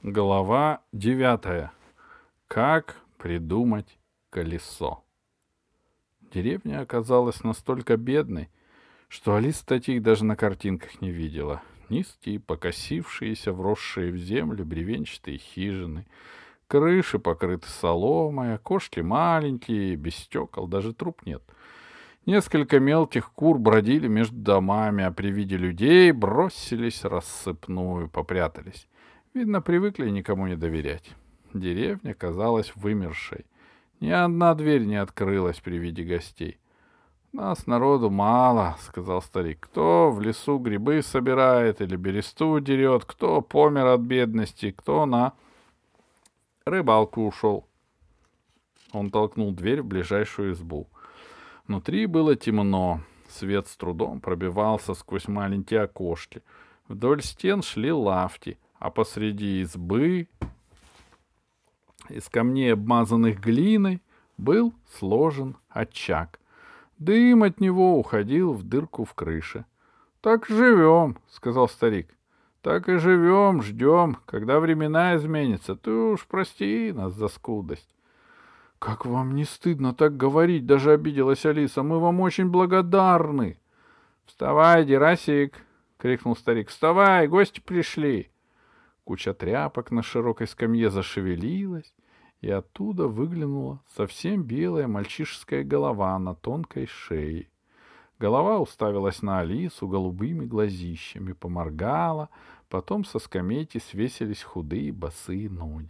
Глава 9. Как придумать колесо? Деревня оказалась настолько бедной, что Алиса таких даже на картинках не видела. Низкие, покосившиеся, вросшие в землю бревенчатые хижины, крыши покрыты соломой, окошки маленькие, без стекол, даже труб нет. Несколько мелких кур бродили между домами, а при виде людей бросились рассыпную, попрятались. Видно, привыкли никому не доверять. Деревня казалась вымершей. Ни одна дверь не открылась при виде гостей. «Нас народу мало», — сказал старик. «Кто в лесу грибы собирает или бересту дерет, кто помер от бедности, кто на рыбалку ушел». Он толкнул дверь в ближайшую избу. Внутри было темно. Свет с трудом пробивался сквозь маленькие окошки. Вдоль стен шли лавки, а посреди избы, из камней, обмазанных глиной, был сложен очаг. Дым от него уходил в дырку в крыше. — Так живем, — сказал старик. — Так и живем, ждем, когда времена изменятся. Ты уж прости нас за скудость. — Как вам не стыдно так говорить, — даже обиделась Алиса. — Мы вам очень благодарны. — Вставай, Дерасик, — крикнул старик. — Вставай, гости пришли. Куча тряпок на широкой скамье зашевелилась, и оттуда выглянула совсем белая мальчишеская голова на тонкой шее. Голова уставилась на Алису голубыми глазищами, поморгала, потом со скамейки свесились худые босые ноги.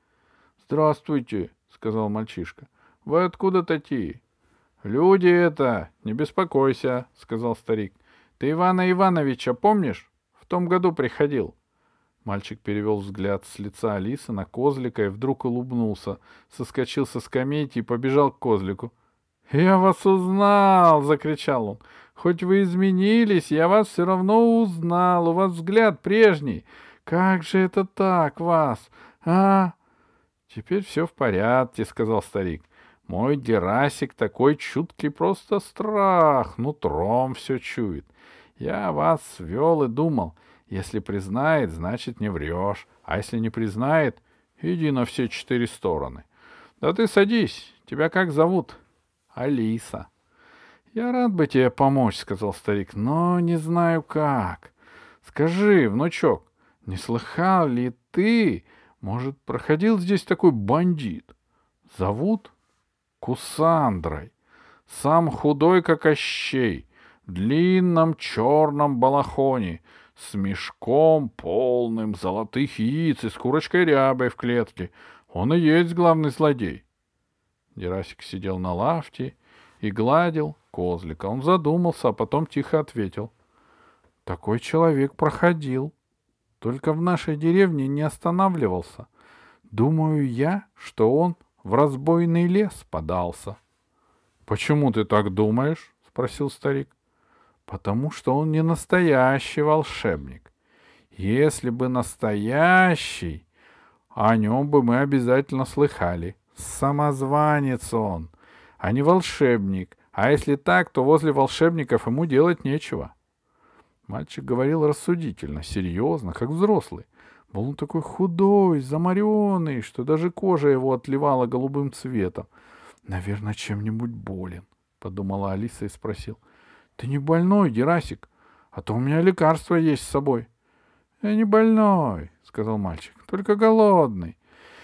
— Здравствуйте, — сказал мальчишка. — Вы откуда такие? — Люди это, не беспокойся, — сказал старик. — Ты Ивана Ивановича помнишь? В том году приходил. Мальчик перевел взгляд с лица Алисы на козлика и вдруг улыбнулся, соскочил со скамейки и побежал к козлику. — Я вас узнал! — закричал он. — Хоть вы изменились, я вас все равно узнал. У вас взгляд прежний. Как же это так вас? А? — Теперь все в порядке, — сказал старик. — Мой Герасик такой чуткий, просто страх, нутром все чует. Я вас свел и думал, если признает, значит, не врешь, а если не признает, иди на все 4 стороны. Да ты садись, тебя как зовут? Алиса. Я рад бы тебе помочь, — сказал старик, — но не знаю как. Скажи, внучок, не слыхал ли ты, может, проходил здесь такой бандит? Зовут Кусандрой. Сам худой, как Ощей, в длинном черном балахоне, с мешком полным золотых яиц и с курочкой рябой в клетке. Он и есть главный злодей. Герасик сидел на лавке и гладил козлика. Он задумался, а потом тихо ответил. — Такой человек проходил. Только в нашей деревне не останавливался. Думаю я, что он в разбойный лес подался. — Почему ты так думаешь? — спросил старик. — Потому что он не настоящий волшебник. Если бы настоящий, о нем бы мы обязательно слыхали. Самозванец он, а не волшебник. А если так, то возле волшебников ему делать нечего. Мальчик говорил рассудительно, серьезно, как взрослый. Был он такой худой, заморенный, что даже кожа его отливала голубым цветом. «Наверное, чем-нибудь болен», — подумала Алиса и спросил. «Ты не больной, Герасик? А то у меня лекарство есть с собой». «Я не больной», — сказал мальчик, — «только голодный.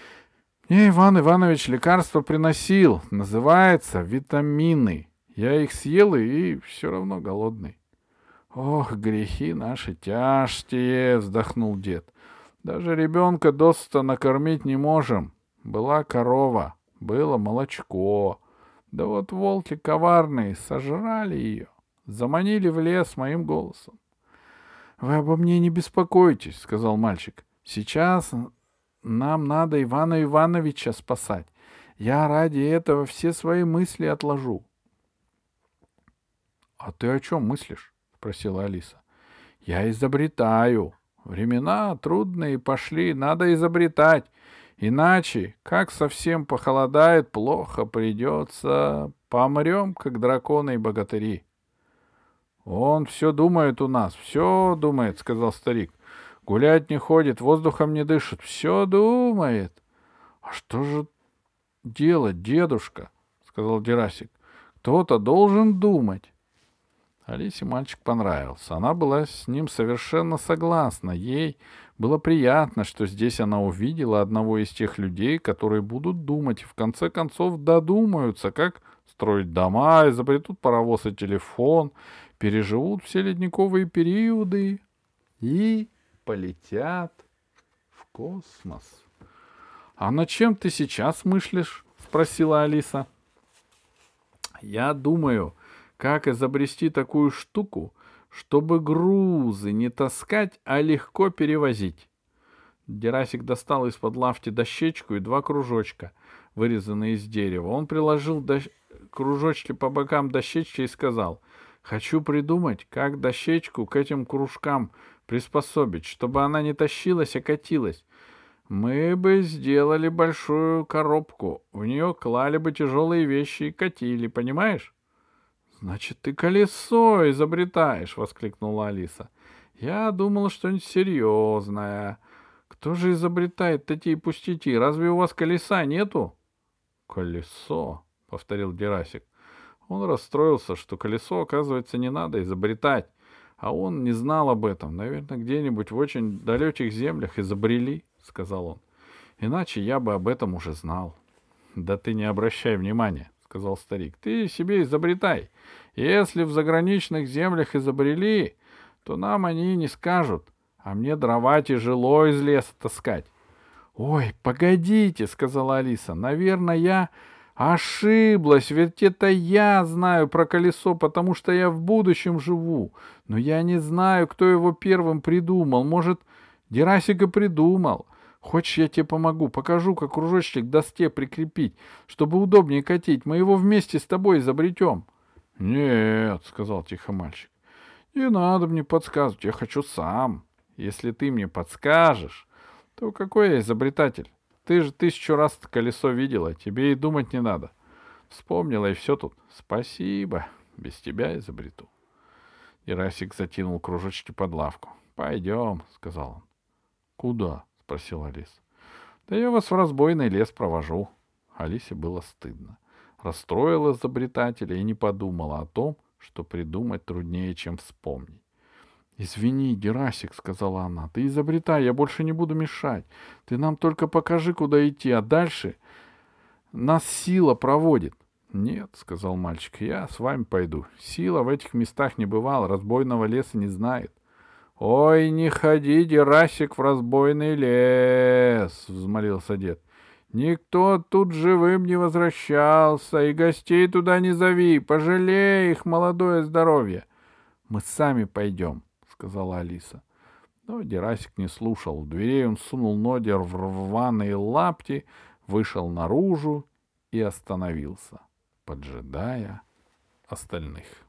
Мне Иван Иванович лекарство приносил. Называется витамины. Я их съел и все равно голодный». «Ох, грехи наши тяжкие», — вздохнул дед. «Даже ребенка досыта накормить не можем. Была корова, было молочко. Да вот волки коварные сожрали ее, заманили в лес моим голосом». «Вы обо мне не беспокойтесь», — сказал мальчик. «Сейчас нам надо Ивана Ивановича спасать. Я ради этого все свои мысли отложу». «А ты о чем мыслишь?» — спросила Алиса. «Я изобретаю. Времена трудные пошли, надо изобретать. Иначе, как совсем похолодает, плохо придется. Помрем, как драконы и богатыри». «Он все думает у нас, все думает», — сказал старик. Гулять не ходит, воздухом не дышит, все думает. — А что же делать, дедушка? — сказал Дерасик. — Кто-то должен думать. Алисе мальчик понравился. Она была с ним совершенно согласна. Ей было приятно, что здесь она увидела одного из тех людей, которые будут думать и в конце концов додумаются, как строить дома, изобретут паровоз и телефон, переживут все ледниковые периоды и полетят в космос. — А над чем ты сейчас мыслишь? — спросила Алиса. — Я думаю, как изобрести такую штуку, чтобы грузы не таскать, а легко перевозить. Дерасик достал из-под лавки дощечку и 2 кружочка, вырезанные из дерева. Он приложил кружочки по бокам дощечки и сказал: «Хочу придумать, как дощечку к этим кружкам приспособить, чтобы она не тащилась, а катилась. Мы бы сделали большую коробку, в нее клали бы тяжелые вещи и катили, понимаешь?» «Значит, ты колесо изобретаешь!» — воскликнула Алиса. «Я думала, что-нибудь серьезное. Кто же изобретает такие пустяки? Разве у вас колеса нету?» «Колесо», — повторил Дерасик. Он расстроился, что колесо, оказывается, не надо изобретать, а он не знал об этом. «Наверное, где-нибудь в очень далеких землях изобрели», — сказал он. «Иначе я бы об этом уже знал». «Да ты не обращай внимания», — сказал старик. «Ты себе изобретай. Если в заграничных землях изобрели, то нам они не скажут, а мне дрова тяжело из леса таскать». «Ой, погодите», — сказала Алиса. «Наверное, я ошиблась, ведь это я знаю про колесо, потому что я в будущем живу. Но я не знаю, кто его первым придумал. Может, Дерасик и придумал. Хочешь, я тебе помогу? Покажу, как кружочек к доске прикрепить, чтобы удобнее катить. Мы его вместе с тобой изобретем». «Нет», — сказал тихо мальчик, — «не надо мне подсказывать, я хочу сам. Если ты мне подскажешь, то какой я изобретатель? Ты же 1000 раз колесо видела, тебе и думать не надо. Вспомнила, и все тут. Спасибо, без тебя изобрету». Дерасик затянул кружочки под лавку. «Пойдем», — сказал он. «Куда?» — спросил Алис. «Да я вас в разбойный лес провожу». Алисе было стыдно. Расстроила изобретателя и не подумала о том, что придумать труднее, чем вспомнить. «Извини, Дерасик», — сказала она, — «ты изобретай, я больше не буду мешать. Ты нам только покажи, куда идти, а дальше нас сила проводит». «Нет», — сказал мальчик, — «я с вами пойду. Сила в этих местах не бывала, разбойного леса не знает». «Ой, не ходи, Дерасик, в разбойный лес», — взмолился дед. «Никто тут живым не возвращался, и гостей туда не зови, пожалей их молодое здоровье». «Мы сами пойдем», — сказала Алиса. Но Дерасик не слушал. В дверей он сунул ноги в рваные лапти, вышел наружу и остановился, поджидая остальных.